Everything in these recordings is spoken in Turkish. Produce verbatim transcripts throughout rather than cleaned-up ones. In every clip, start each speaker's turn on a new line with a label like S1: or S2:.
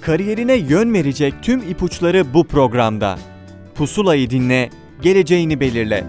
S1: Kariyerine yön verecek tüm ipuçları bu programda. Pusulayı dinle, geleceğini belirle.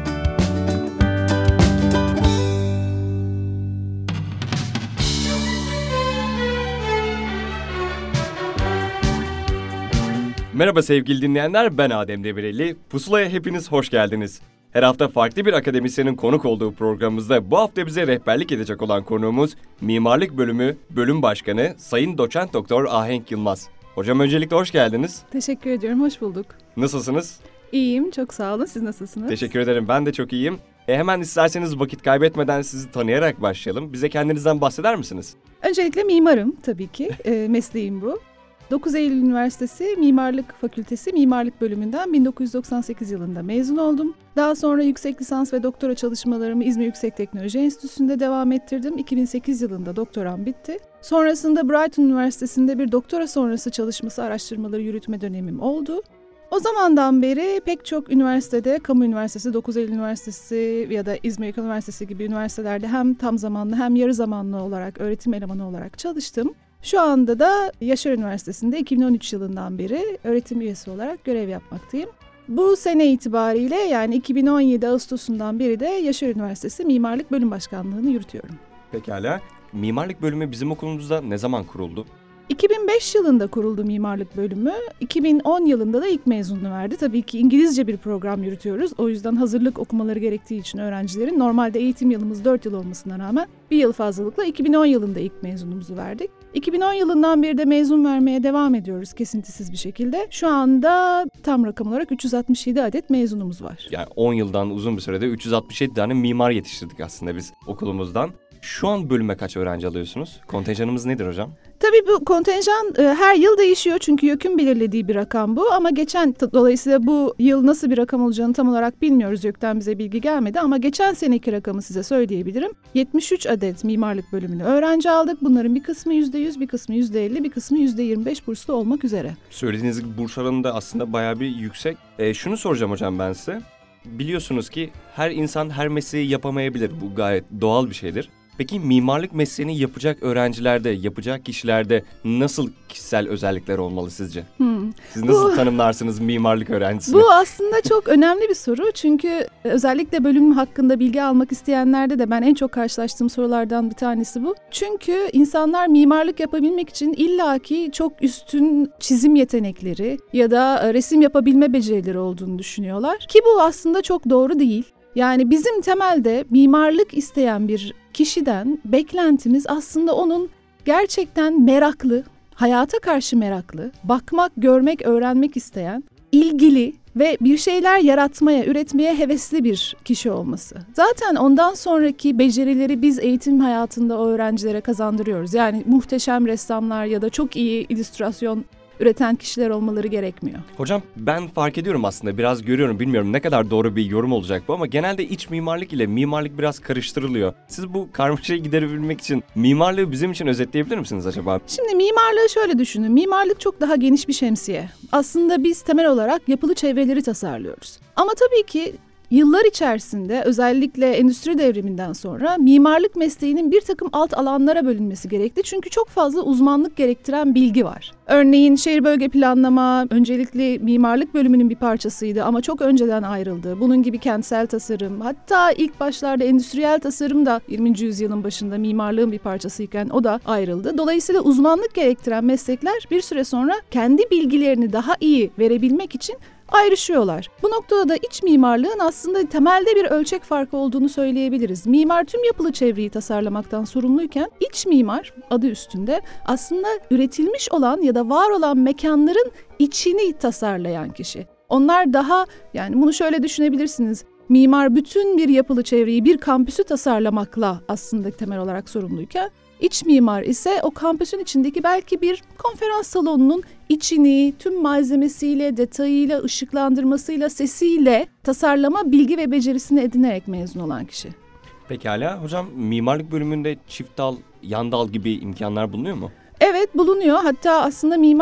S2: Merhaba sevgili dinleyenler, ben Adem Demireli. Pusula'ya hepiniz hoş geldiniz. Her hafta farklı bir akademisyenin konuk olduğu programımızda bu hafta bize rehberlik edecek olan konuğumuz Mimarlık Bölümü Bölüm Başkanı Sayın Doçent Doktor Ahenk Yılmaz. Hocam öncelikle hoş geldiniz.
S3: Teşekkür ediyorum, hoş bulduk.
S2: Nasılsınız?
S3: İyiyim, çok sağ olun. Siz nasılsınız?
S2: Teşekkür ederim, ben de çok iyiyim. E hemen isterseniz vakit kaybetmeden sizi tanıyarak başlayalım. Bize kendinizden bahseder misiniz?
S3: Öncelikle mimarım tabii ki, e, mesleğim bu. dokuz Eylül Üniversitesi Mimarlık Fakültesi Mimarlık Bölümünden bin dokuz yüz doksan sekiz yılında mezun oldum. Daha sonra yüksek lisans ve doktora çalışmalarımı İzmir Yüksek Teknoloji Enstitüsü'nde devam ettirdim. iki bin sekiz yılında doktoram bitti. Sonrasında Brighton Üniversitesi'nde bir doktora sonrası çalışması araştırmaları yürütme dönemim oldu. O zamandan beri pek çok üniversitede, kamu üniversitesi, dokuz Eylül Üniversitesi ya da İzmir Üniversitesi gibi üniversitelerde hem tam zamanlı hem yarı zamanlı olarak öğretim elemanı olarak çalıştım. Şu anda da Yaşar Üniversitesi'nde iki bin on üç yılından beri öğretim üyesi olarak görev yapmaktayım. Bu sene itibariyle yani iki bin on yedi Ağustos'undan beri de Yaşar Üniversitesi Mimarlık Bölüm Başkanlığı'nı yürütüyorum.
S2: Pekala. Mimarlık Bölümü bizim okulumuzda ne zaman kuruldu?
S3: iki bin beş yılında kuruldu mimarlık bölümü. iki bin on yılında da ilk mezununu verdi. Tabii ki İngilizce bir program yürütüyoruz. O yüzden hazırlık okumaları gerektiği için öğrencilerin normalde eğitim yılımız dört yıl olmasına rağmen bir yıl fazlalıkla iki bin on yılında ilk mezunumuzu verdik. iki bin on yılından beri de mezun vermeye devam ediyoruz kesintisiz bir şekilde. Şu anda tam rakam olarak üç yüz altmış yedi adet mezunumuz var.
S2: Yani on yıldan uzun bir sürede üç yüz altmış yedi tane mimar yetiştirdik aslında biz okulumuzdan. Şu an bölüme kaç öğrenci alıyorsunuz? Kontenjanımız nedir hocam?
S3: Tabii bu kontenjan e, her yıl değişiyor çünkü YÖK'ün belirlediği bir rakam bu. Ama geçen, dolayısıyla bu yıl nasıl bir rakam olacağını tam olarak bilmiyoruz. YÖK'ten bize bilgi gelmedi ama geçen seneki rakamı size söyleyebilirim. yetmiş üç adet mimarlık bölümüne öğrenci aldık. Bunların bir kısmı yüzde yüz, bir kısmı yüzde elli, bir kısmı yüzde yirmi beş burslu olmak üzere.
S2: Söylediğiniz gibi burs oranı da aslında bayağı bir yüksek. E, şunu soracağım hocam ben size. Biliyorsunuz ki her insan her mesleği yapamayabilir. Bu gayet doğal bir şeydir. Peki mimarlık mesleğini yapacak öğrencilerde, yapacak kişilerde nasıl kişisel özellikler olmalı sizce? Hmm. Siz nasıl bu, tanımlarsınız mimarlık öğrencisini?
S3: Bu aslında çok önemli bir soru. Çünkü özellikle bölüm hakkında bilgi almak isteyenlerde de ben en çok karşılaştığım sorulardan bir tanesi bu. Çünkü insanlar mimarlık yapabilmek için illaki çok üstün çizim yetenekleri ya da resim yapabilme becerileri olduğunu düşünüyorlar. Ki bu aslında çok doğru değil. Yani bizim temelde mimarlık isteyen bir kişiden beklentimiz aslında onun gerçekten meraklı, hayata karşı meraklı, bakmak, görmek, öğrenmek isteyen, ilgili ve bir şeyler yaratmaya, üretmeye hevesli bir kişi olması. Zaten ondan sonraki becerileri biz eğitim hayatında o öğrencilere kazandırıyoruz. Yani muhteşem ressamlar ya da çok iyi illüstrasyon üreten kişiler olmaları gerekmiyor.
S2: Hocam ben fark ediyorum aslında, biraz görüyorum, bilmiyorum ne kadar doğru bir yorum olacak bu ama genelde iç mimarlık ile mimarlık biraz karıştırılıyor. Siz bu karmaşayı giderebilmek için mimarlığı bizim için özetleyebilir misiniz acaba?
S3: Şimdi mimarlığı şöyle düşünün. Mimarlık çok daha geniş bir şemsiye. Aslında biz temel olarak yapılı çevreleri tasarlıyoruz. Ama tabii ki yıllar içerisinde özellikle endüstri devriminden sonra mimarlık mesleğinin bir takım alt alanlara bölünmesi gerekti. Çünkü çok fazla uzmanlık gerektiren bilgi var. Örneğin şehir bölge planlama öncelikle mimarlık bölümünün bir parçasıydı ama çok önceden ayrıldı. Bunun gibi kentsel tasarım, hatta ilk başlarda endüstriyel tasarım da yirminci yüzyılın başında mimarlığın bir parçasıyken o da ayrıldı. Dolayısıyla uzmanlık gerektiren meslekler bir süre sonra kendi bilgilerini daha iyi verebilmek için ayrışıyorlar. Bu noktada da iç mimarlığın aslında temelde bir ölçek farkı olduğunu söyleyebiliriz. Mimar tüm yapılı çevreyi tasarlamaktan sorumluyken iç mimar adı üstünde aslında üretilmiş olan ya da var olan mekanların içini tasarlayan kişi. Onlar daha, yani bunu şöyle düşünebilirsiniz. Mimar bütün bir yapılı çevreyi, bir kampüsü tasarlamakla aslında temel olarak sorumluyken İç mimar ise o kampüsün içindeki belki bir konferans salonunun içini tüm malzemesiyle, detayıyla, ışıklandırmasıyla, sesiyle tasarlama bilgi ve becerisini edinerek mezun olan kişi.
S2: Pekala. Hocam mimarlık bölümünde çift dal, yan dal gibi imkanlar bulunuyor mu?
S3: Evet, bulunuyor. Hatta aslında mimarlık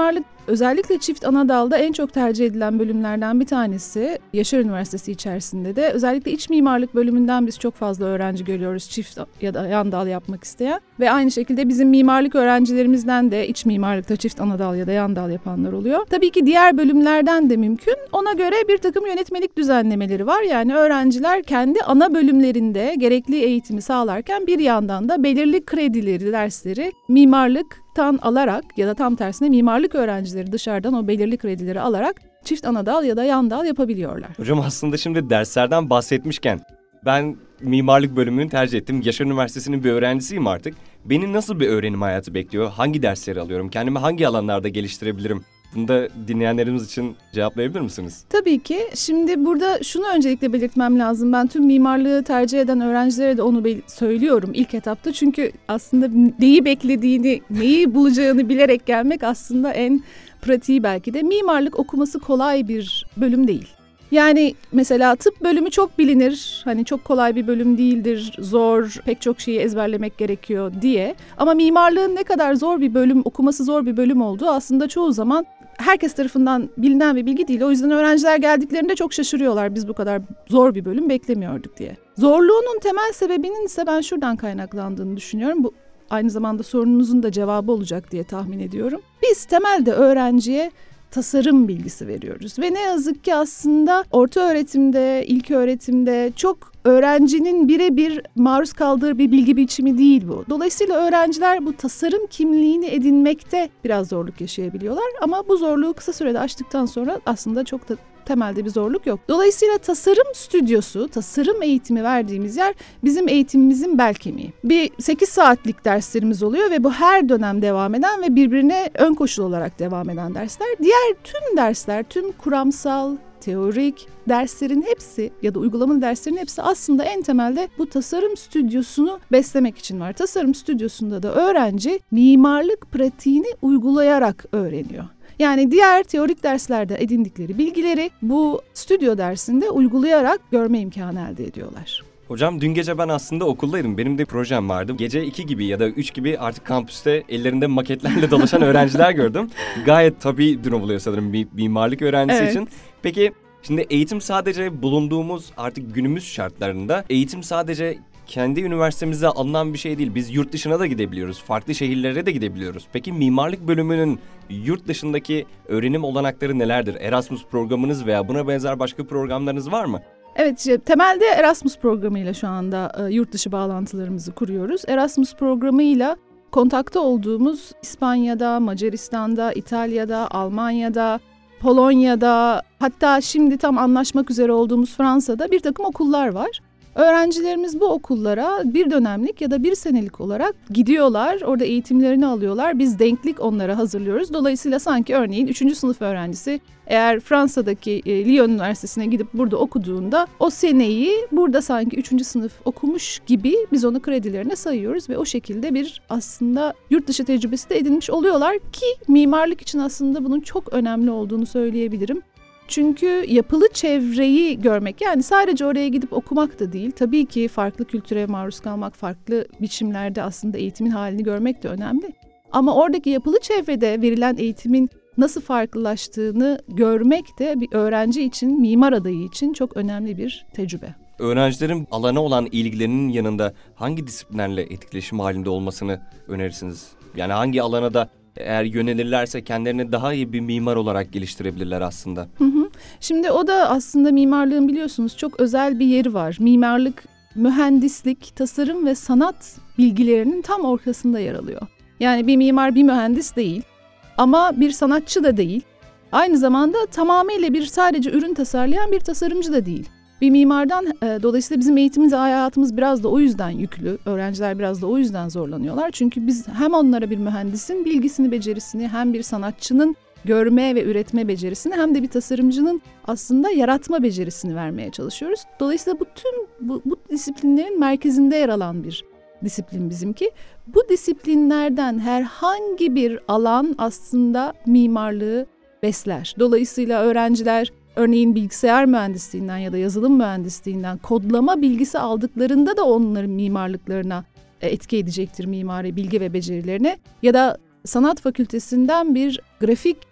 S3: Özellikle çift ana dalda en çok tercih edilen bölümlerden bir tanesi. Yaşar Üniversitesi içerisinde de özellikle iç mimarlık bölümünden biz çok fazla öğrenci görüyoruz çift ya da yan dal yapmak isteyen. Ve aynı şekilde bizim mimarlık öğrencilerimizden de iç mimarlıkta çift ana dal ya da yan dal yapanlar oluyor. Tabii ki diğer bölümlerden de mümkün. Ona göre bir takım yönetmelik düzenlemeleri var. Yani öğrenciler kendi ana bölümlerinde gerekli eğitimi sağlarken bir yandan da belirli kredileri, dersleri mimarlıktan alarak ya da tam tersine mimarlık öğrencileri dışarıdan o belirli kredileri alarak çift ana dal ya da yan dal yapabiliyorlar.
S2: Hocam aslında şimdi derslerden bahsetmişken ben mimarlık bölümünü tercih ettim. Yaşar Üniversitesi'nin bir öğrencisiyim artık. Beni nasıl bir öğrenim hayatı bekliyor? Hangi dersleri alıyorum? Kendimi hangi alanlarda geliştirebilirim? Bunu da dinleyenlerimiz için cevaplayabilir misiniz?
S3: Tabii ki. Şimdi burada şunu öncelikle belirtmem lazım. Ben tüm mimarlığı tercih eden öğrencilere de onu bel- söylüyorum ilk etapta. Çünkü aslında neyi beklediğini, neyi bulacağını bilerek gelmek aslında en pratiği belki de. Mimarlık okuması kolay bir bölüm değil. Yani mesela tıp bölümü çok bilinir, hani çok kolay bir bölüm değildir, zor, pek çok şeyi ezberlemek gerekiyor diye. Ama mimarlığın ne kadar zor bir bölüm, okuması zor bir bölüm olduğu aslında çoğu zaman herkes tarafından bilinen bir bilgi değil. O yüzden öğrenciler geldiklerinde çok şaşırıyorlar, biz bu kadar zor bir bölüm beklemiyorduk diye. Zorluğunun temel sebebinin ise ben şuradan kaynaklandığını düşünüyorum. Bu aynı zamanda sorununuzun da cevabı olacak diye tahmin ediyorum. Biz temelde öğrenciye tasarım bilgisi veriyoruz ve ne yazık ki aslında orta öğretimde, ilk öğretimde çok öğrencinin birebir maruz kaldığı bir bilgi biçimi değil bu. Dolayısıyla öğrenciler bu tasarım kimliğini edinmekte biraz zorluk yaşayabiliyorlar ama bu zorluğu kısa sürede aştıktan sonra aslında çok da temelde bir zorluk yok. Dolayısıyla tasarım stüdyosu, tasarım eğitimi verdiğimiz yer bizim eğitimimizin bel kemiği. Bir sekiz saatlik derslerimiz oluyor ve bu her dönem devam eden ve birbirine ön koşul olarak devam eden dersler. Diğer tüm dersler, tüm kuramsal, teorik derslerin hepsi ya da uygulamalı derslerin hepsi aslında en temelde bu tasarım stüdyosunu beslemek için var. Tasarım stüdyosunda da öğrenci mimarlık pratiğini uygulayarak öğreniyor. Yani diğer teorik derslerde edindikleri bilgileri bu stüdyo dersinde uygulayarak görme imkanı elde ediyorlar.
S2: Hocam dün gece ben aslında okuldaydım. Benim de projem vardı. Gece iki gibi ya da üç gibi artık kampüste ellerinde maketlerle dolaşan öğrenciler gördüm. Gayet tabii durum oluyor sanırım bir mimarlık öğrencisi
S3: Evet.
S2: için. Peki şimdi eğitim sadece bulunduğumuz artık günümüz şartlarında eğitim sadece kendi üniversitemizde alınan bir şey değil. Biz yurt dışına da gidebiliyoruz. Farklı şehirlere de gidebiliyoruz. Peki mimarlık bölümünün yurt dışındaki öğrenim olanakları nelerdir? Erasmus programınız veya buna benzer başka programlarınız var mı?
S3: Evet, işte, temelde Erasmus programıyla şu anda e, yurt dışı bağlantılarımızı kuruyoruz. Erasmus programıyla kontakta olduğumuz İspanya'da, Macaristan'da, İtalya'da, Almanya'da, Polonya'da, hatta şimdi tam anlaşmak üzere olduğumuz Fransa'da bir takım okullar var. Öğrencilerimiz bu okullara bir dönemlik ya da bir senelik olarak gidiyorlar. Orada eğitimlerini alıyorlar. Biz denklik onlara hazırlıyoruz. Dolayısıyla sanki örneğin üçüncü sınıf öğrencisi eğer Fransa'daki e, Lyon Üniversitesi'ne gidip burada okuduğunda o seneyi burada sanki üçüncü sınıf okumuş gibi biz onu kredilerine sayıyoruz ve o şekilde bir aslında yurt dışı tecrübesi de edinmiş oluyorlar ki mimarlık için aslında bunun çok önemli olduğunu söyleyebilirim. Çünkü yapılı çevreyi görmek, yani sadece oraya gidip okumak da değil, tabii ki farklı kültüre maruz kalmak, farklı biçimlerde aslında eğitimin halini görmek de önemli. Ama oradaki yapılı çevrede verilen eğitimin nasıl farklılaştığını görmek de bir öğrenci için, mimar adayı için çok önemli bir tecrübe.
S2: Öğrencilerin alana olan ilgilerinin yanında hangi disiplinlerle etkileşim halinde olmasını önerirsiniz? Yani hangi alana da eğer yönelirlerse kendilerini daha iyi bir mimar olarak geliştirebilirler aslında.
S3: Hı hı. Şimdi o da aslında mimarlığın biliyorsunuz çok özel bir yeri var. Mimarlık, mühendislik, tasarım ve sanat bilgilerinin tam ortasında yer alıyor. Yani bir mimar bir mühendis değil ama bir sanatçı da değil. Aynı zamanda tamamıyla bir sadece ürün tasarlayan bir tasarımcı da değil. Bir mimardan e, dolayısıyla bizim eğitimimiz, hayatımız biraz da o yüzden yüklü. Öğrenciler biraz da o yüzden zorlanıyorlar. Çünkü biz hem onlara bir mühendisin bilgisini, becerisini, hem bir sanatçının görme ve üretme becerisini, hem de bir tasarımcının aslında yaratma becerisini vermeye çalışıyoruz. Dolayısıyla bu tüm bu, bu disiplinlerin merkezinde yer alan bir disiplin bizimki. Bu disiplinlerden herhangi bir alan aslında mimarlığı besler. Dolayısıyla öğrenciler örneğin bilgisayar mühendisliğinden ya da yazılım mühendisliğinden kodlama bilgisi aldıklarında da onların mimarlıklarına etki edecektir, mimari bilgi ve becerilerine. Ya da sanat fakültesinden bir grafik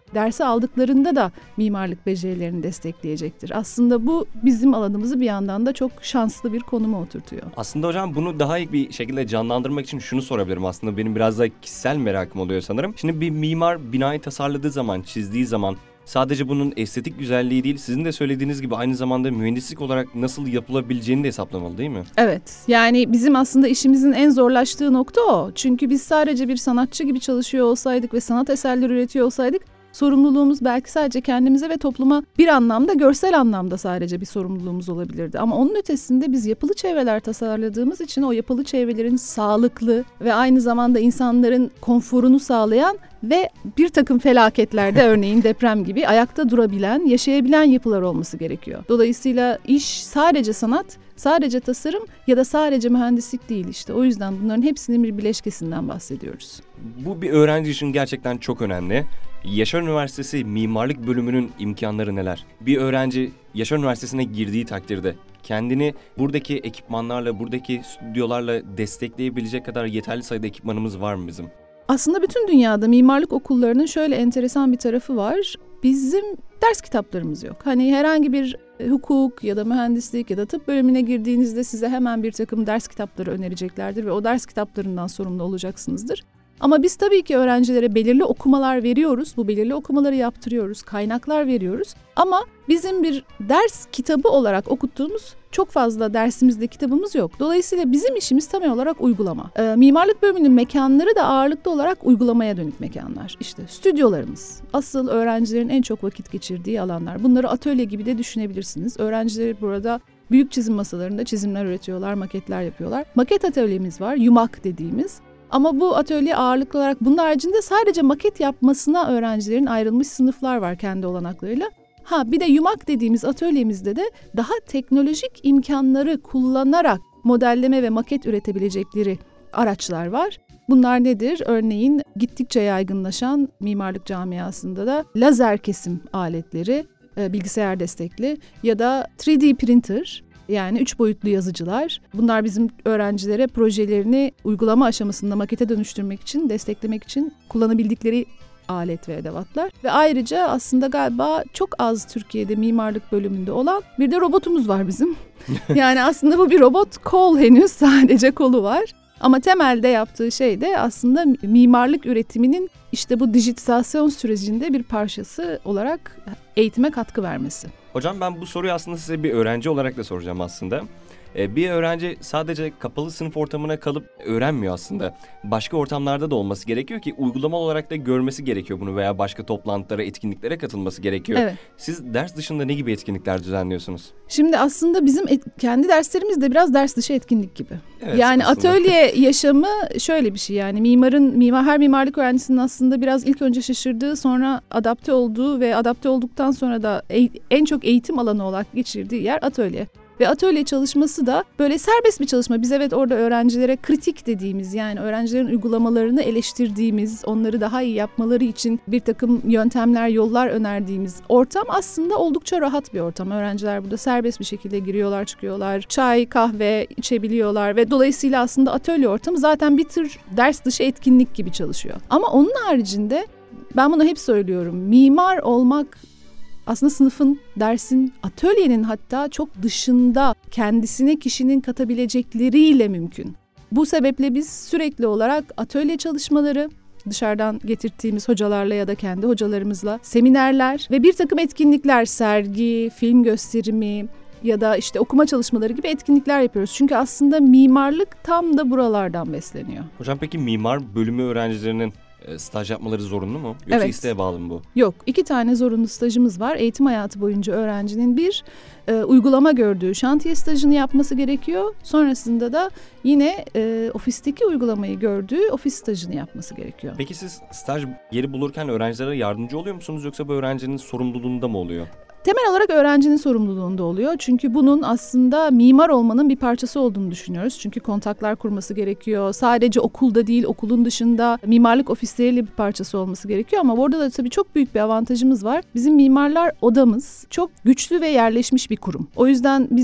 S3: dersi aldıklarında da mimarlık becerilerini destekleyecektir. Aslında bu bizim alanımızı bir yandan da çok şanslı bir konuma oturtuyor.
S2: Aslında hocam bunu daha iyi bir şekilde canlandırmak için şunu sorabilirim. Aslında benim biraz da kişisel merakım oluyor sanırım. Şimdi bir mimar binayı tasarladığı zaman, çizdiği zaman sadece bunun estetik güzelliği değil, sizin de söylediğiniz gibi aynı zamanda mühendislik olarak nasıl yapılabileceğini de hesaplamalı değil mi?
S3: Evet, yani bizim aslında işimizin en zorlaştığı nokta o. Çünkü biz sadece bir sanatçı gibi çalışıyor olsaydık ve sanat eserleri üretiyor olsaydık, sorumluluğumuz belki sadece kendimize ve topluma bir anlamda, görsel anlamda sadece bir sorumluluğumuz olabilirdi. Ama onun ötesinde biz yapılı çevreler tasarladığımız için o yapılı çevrelerin sağlıklı ve aynı zamanda insanların konforunu sağlayan ve bir takım felaketlerde örneğin deprem gibi ayakta durabilen, yaşayabilen yapılar olması gerekiyor. Dolayısıyla iş sadece sanat, sadece tasarım ya da sadece mühendislik değil işte. O yüzden bunların hepsinin bir bileşkesinden bahsediyoruz.
S2: Bu bir öğrenci için gerçekten çok önemli. Yaşar Üniversitesi Mimarlık Bölümünün imkanları neler? Bir öğrenci Yaşar Üniversitesi'ne girdiği takdirde kendini buradaki ekipmanlarla, buradaki stüdyolarla destekleyebilecek kadar yeterli sayıda ekipmanımız var mı bizim?
S3: Aslında bütün dünyada mimarlık okullarının şöyle enteresan bir tarafı var. Bizim ders kitaplarımız yok. Hani herhangi bir hukuk ya da mühendislik ya da tıp bölümüne girdiğinizde size hemen bir takım ders kitapları önereceklerdir ve o ders kitaplarından sorumlu olacaksınızdır. Ama biz tabii ki öğrencilere belirli okumalar veriyoruz. Bu belirli okumaları yaptırıyoruz, kaynaklar veriyoruz. Ama bizim bir ders kitabı olarak okuttuğumuz çok fazla dersimizde kitabımız yok. Dolayısıyla bizim işimiz temel olarak uygulama. Ee, mimarlık bölümünün mekanları da ağırlıklı olarak uygulamaya dönük mekanlar. İşte stüdyolarımız, asıl öğrencilerin en çok vakit geçirdiği alanlar. Bunları atölye gibi de düşünebilirsiniz. Öğrenciler burada büyük çizim masalarında çizimler üretiyorlar, maketler yapıyorlar. Maket atölyemiz var, yumak dediğimiz. Ama bu atölye ağırlıklı olarak bunun haricinde sadece maket yapmasına öğrencilerin ayrılmış sınıflar var kendi olanaklarıyla. Ha bir de yumak dediğimiz atölyemizde de daha teknolojik imkanları kullanarak modelleme ve maket üretebilecekleri araçlar var. Bunlar nedir? Örneğin gittikçe yaygınlaşan mimarlık camiasında da lazer kesim aletleri, bilgisayar destekli ya da üç D printer. Yani üç boyutlu yazıcılar. Bunlar bizim öğrencilere projelerini uygulama aşamasında makete dönüştürmek için, desteklemek için kullanabildikleri alet ve edevatlar. Ve ayrıca aslında galiba çok az Türkiye'de mimarlık bölümünde olan bir de robotumuz var bizim. Yani aslında bu bir robot, kol henüz sadece kolu var. Ama temelde yaptığı şey de aslında mimarlık üretiminin işte bu dijitalizasyon sürecinde bir parçası olarak eğitime katkı vermesi.
S2: Hocam ben bu soruyu aslında size bir öğrenci olarak da soracağım aslında. Ee, bir öğrenci sadece kapalı sınıf ortamına kalıp öğrenmiyor aslında. Başka ortamlarda da olması gerekiyor ki uygulama olarak da görmesi gerekiyor bunu veya başka toplantılara, etkinliklere katılması gerekiyor.
S3: Evet.
S2: Siz ders dışında ne gibi etkinlikler düzenliyorsunuz?
S3: Şimdi aslında bizim et, kendi derslerimiz de biraz ders dışı etkinlik gibi.
S2: Evet,
S3: yani
S2: aslında.
S3: Atölye yaşamı şöyle bir şey, yani mimarın mimar her mimarlık öğrencisinin aslında biraz ilk önce şaşırdığı, sonra adapte olduğu ve adapte olduktan sonra da e, en çok eğitim alanı olarak geçirdiği yer atölye. Ve atölye çalışması da böyle serbest bir çalışma. Biz evet orada öğrencilere kritik dediğimiz, yani öğrencilerin uygulamalarını eleştirdiğimiz, onları daha iyi yapmaları için bir takım yöntemler, yollar önerdiğimiz ortam aslında oldukça rahat bir ortam. Öğrenciler burada serbest bir şekilde giriyorlar, çıkıyorlar, çay, kahve içebiliyorlar ve dolayısıyla aslında atölye ortamı zaten bir tür ders dışı etkinlik gibi çalışıyor. Ama onun haricinde ben bunu hep söylüyorum, mimar olmak aslında sınıfın, dersin, atölyenin hatta çok dışında kendisine kişinin katabilecekleriyle mümkün. Bu sebeple biz sürekli olarak atölye çalışmaları, dışarıdan getirdiğimiz hocalarla ya da kendi hocalarımızla seminerler ve bir takım etkinlikler, sergi, film gösterimi ya da işte okuma çalışmaları gibi etkinlikler yapıyoruz. Çünkü aslında mimarlık tam da buralardan besleniyor.
S2: Hocam peki mimar bölümü öğrencilerinin staj yapmaları zorunlu mu? Yoksa
S3: Evet.
S2: isteğe bağlı mı bu?
S3: Yok, iki tane zorunlu stajımız var. Eğitim hayatı boyunca öğrencinin bir e, uygulama gördüğü şantiye stajını yapması gerekiyor. Sonrasında da yine e, ofisteki uygulamayı gördüğü ofis stajını yapması gerekiyor.
S2: Peki siz staj yeri bulurken öğrencilere yardımcı oluyor musunuz yoksa bu öğrencinin sorumluluğunda mı oluyor?
S3: Temel olarak öğrencinin sorumluluğunda oluyor. Çünkü bunun aslında mimar olmanın bir parçası olduğunu düşünüyoruz. Çünkü kontaklar kurması gerekiyor. Sadece okulda değil, okulun dışında mimarlık ofisleriyle bir parçası olması gerekiyor. Ama orada da tabii çok büyük bir avantajımız var. Bizim mimarlar odamız çok güçlü ve yerleşmiş bir kurum. O yüzden biz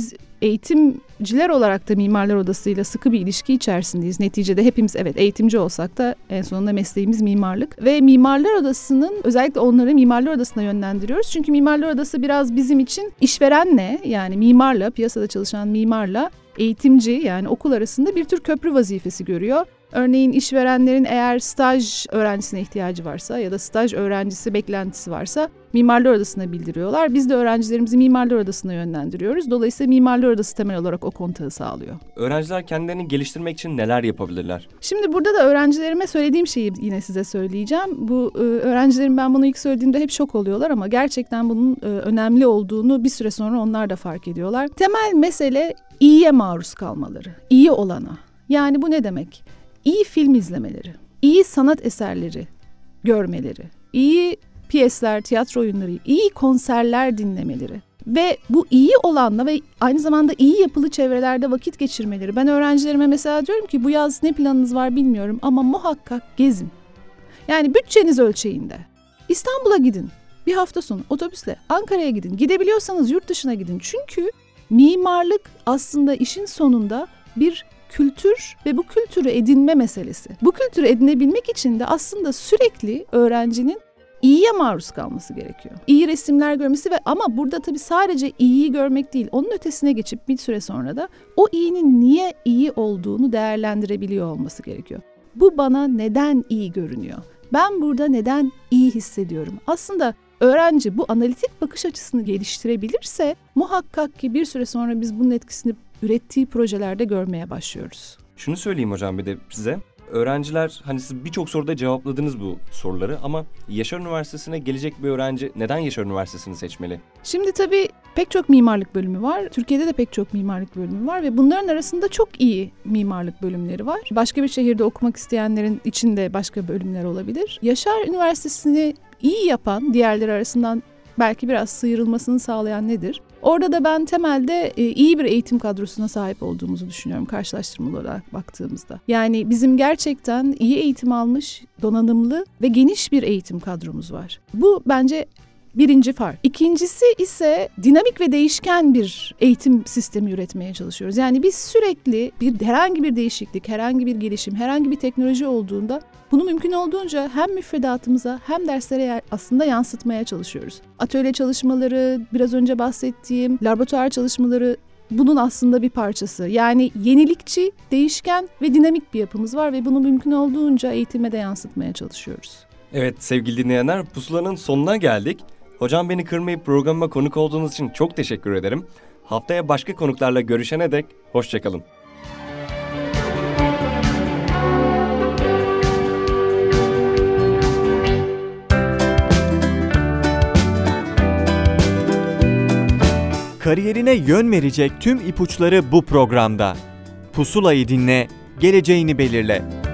S3: eğitimciler olarak da Mimarlar Odası'yla sıkı bir ilişki içerisindeyiz. Neticede hepimiz evet eğitimci olsak da en sonunda mesleğimiz mimarlık. Ve Mimarlar Odası'nın özellikle onları Mimarlar Odası'na yönlendiriyoruz. Çünkü Mimarlar Odası biraz bizim için işverenle, yani mimarla, piyasada çalışan mimarla eğitimci, yani okul arasında bir tür köprü vazifesi görüyor. Örneğin işverenlerin eğer staj öğrencisine ihtiyacı varsa ya da staj öğrencisi beklentisi varsa Mimarlar Odası'na bildiriyorlar. Biz de öğrencilerimizi Mimarlar Odası'na yönlendiriyoruz. Dolayısıyla Mimarlar Odası temel olarak o kontağı sağlıyor.
S2: Öğrenciler kendilerini geliştirmek için neler yapabilirler?
S3: Şimdi burada da öğrencilerime söylediğim şeyi yine size söyleyeceğim. Bu e, öğrencilerim ben bunu ilk söylediğimde hep şok oluyorlar ama gerçekten bunun e, önemli olduğunu bir süre sonra onlar da fark ediyorlar. Temel mesele iyiye maruz kalmaları, iyi olana. Yani bu ne demek? İyi film izlemeleri, iyi sanat eserleri görmeleri, iyi piyesler, tiyatro oyunları, iyi konserler dinlemeleri ve bu iyi olanla ve aynı zamanda iyi yapılı çevrelerde vakit geçirmeleri. Ben öğrencilerime mesela diyorum ki bu yaz ne planınız var bilmiyorum ama muhakkak gezin. Yani bütçeniz ölçeğinde. İstanbul'a gidin bir hafta sonu otobüsle, Ankara'ya gidin, gidebiliyorsanız yurt dışına gidin. Çünkü mimarlık aslında işin sonunda bir kültür ve bu kültürü edinme meselesi. Bu kültürü edinebilmek için de aslında sürekli öğrencinin iyiye maruz kalması gerekiyor. İyi resimler görmesi ve ama burada tabii sadece iyiyi görmek değil, onun ötesine geçip bir süre sonra da o iyinin niye iyi olduğunu değerlendirebiliyor olması gerekiyor. Bu bana neden iyi görünüyor? Ben burada neden iyi hissediyorum? Aslında öğrenci bu analitik bakış açısını geliştirebilirse muhakkak ki bir süre sonra biz bunun etkisini ürettiği projelerde görmeye başlıyoruz.
S2: Şunu söyleyeyim hocam bir de size. Öğrenciler, hani siz birçok soruda cevapladınız bu soruları ama Yaşar Üniversitesi'ne gelecek bir öğrenci neden Yaşar Üniversitesi'ni seçmeli?
S3: Şimdi tabii pek çok mimarlık bölümü var. Türkiye'de de pek çok mimarlık bölümü var ve bunların arasında çok iyi mimarlık bölümleri var. Başka bir şehirde okumak isteyenlerin içinde başka bölümler olabilir. Yaşar Üniversitesi'ni iyi yapan, diğerleri arasından belki biraz sıyrılmasını sağlayan nedir? Orada da ben temelde e, iyi bir eğitim kadrosuna sahip olduğumuzu düşünüyorum karşılaştırmalı olarak baktığımızda. Yani bizim gerçekten iyi eğitim almış, donanımlı ve geniş bir eğitim kadromuz var. Bu bence birinci fark. İkincisi ise dinamik ve değişken bir eğitim sistemi üretmeye çalışıyoruz. Yani biz sürekli bir herhangi bir değişiklik, herhangi bir gelişim, herhangi bir teknoloji olduğunda bunu mümkün olduğunca hem müfredatımıza hem derslere aslında yansıtmaya çalışıyoruz. Atölye çalışmaları, biraz önce bahsettiğim laboratuvar çalışmaları bunun aslında bir parçası. Yani yenilikçi, değişken ve dinamik bir yapımız var ve bunu mümkün olduğunca eğitime de yansıtmaya çalışıyoruz.
S2: Evet sevgili dinleyenler, Pusula'nın sonuna geldik. Hocam beni kırmayıp programıma konuk olduğunuz için çok teşekkür ederim. Haftaya başka konuklarla görüşene dek hoşçakalın.
S1: Kariyerine yön verecek tüm ipuçları bu programda. Pusulayı dinle, geleceğini belirle.